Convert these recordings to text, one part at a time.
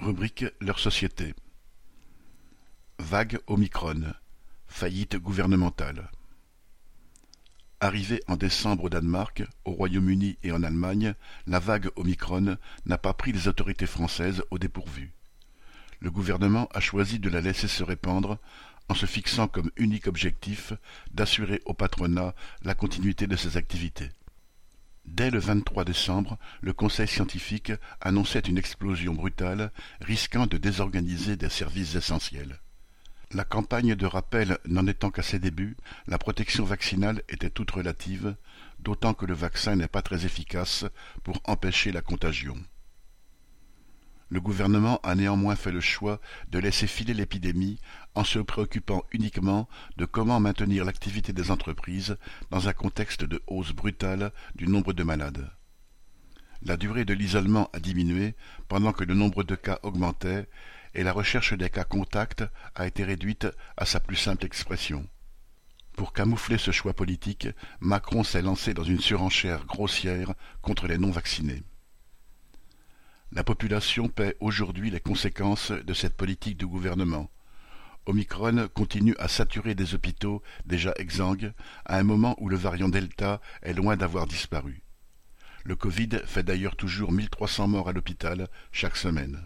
Rubrique leur société. Vague Omicron. Faillite gouvernementale. Arrivée en décembre au Danemark, au Royaume-Uni et en Allemagne, la vague Omicron n'a pas pris les autorités françaises au dépourvu. Le gouvernement a choisi de la laisser se répandre en se fixant comme unique objectif d'assurer au patronat la continuité de ses activités. Dès le 23 décembre, le Conseil scientifique annonçait une explosion brutale risquant de désorganiser des services essentiels. La campagne de rappel n'en étant qu'à ses débuts, la protection vaccinale était toute relative, d'autant que le vaccin n'est pas très efficace pour empêcher la contagion. Le gouvernement a néanmoins fait le choix de laisser filer l'épidémie en se préoccupant uniquement de comment maintenir l'activité des entreprises dans un contexte de hausse brutale du nombre de malades. La durée de l'isolement a diminué pendant que le nombre de cas augmentait et la recherche des cas contacts a été réduite à sa plus simple expression. Pour camoufler ce choix politique, Macron s'est lancé dans une surenchère grossière contre les non-vaccinés. La population paie aujourd'hui les conséquences de cette politique du gouvernement. Omicron continue à saturer des hôpitaux déjà exsangues à un moment où le variant Delta est loin d'avoir disparu. Le Covid fait d'ailleurs toujours 1300 morts à l'hôpital chaque semaine.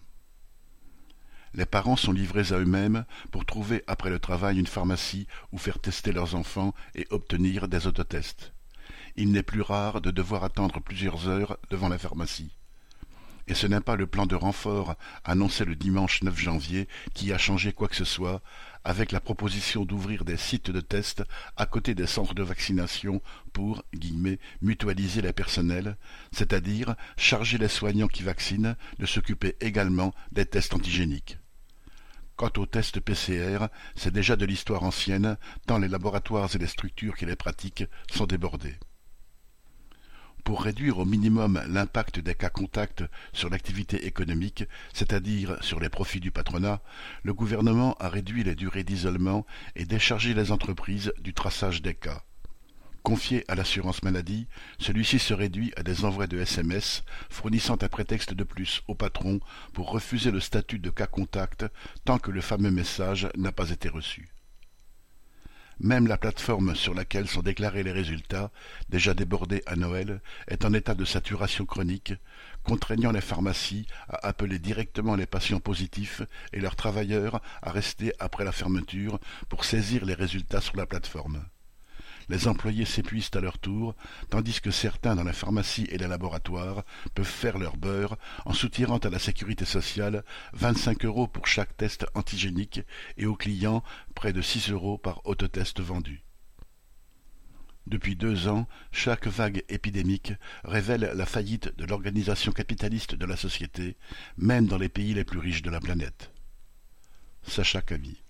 Les parents sont livrés à eux-mêmes pour trouver après le travail une pharmacie où faire tester leurs enfants et obtenir des autotests. Il n'est plus rare de devoir attendre plusieurs heures devant la pharmacie. Et ce n'est pas le plan de renfort annoncé le dimanche 9 janvier qui a changé quoi que ce soit, avec la proposition d'ouvrir des sites de tests à côté des centres de vaccination pour « mutualiser les personnels », c'est-à-dire charger les soignants qui vaccinent de s'occuper également des tests antigéniques. Quant aux tests PCR, c'est déjà de l'histoire ancienne, tant les laboratoires et les structures qui les pratiquent sont débordés. Pour réduire au minimum l'impact des cas contacts sur l'activité économique, c'est-à-dire sur les profits du patronat, le gouvernement a réduit les durées d'isolement et déchargé les entreprises du traçage des cas. Confié à l'assurance maladie, celui-ci se réduit à des envois de SMS fournissant un prétexte de plus au patron pour refuser le statut de cas contact tant que le fameux message n'a pas été reçu. Même la plateforme sur laquelle sont déclarés les résultats, déjà débordée à Noël, est en état de saturation chronique, contraignant les pharmacies à appeler directement les patients positifs et leurs travailleurs à rester après la fermeture pour saisir les résultats sur la plateforme. Les employés s'épuisent à leur tour, tandis que certains dans les pharmacies et les laboratoires peuvent faire leur beurre en soutirant à la sécurité sociale 25 € pour chaque test antigénique et aux clients près de 6 € par autotest vendu. Depuis 2 ans, chaque vague épidémique révèle la faillite de l'organisation capitaliste de la société, même dans les pays les plus riches de la planète. Sacha Kavi.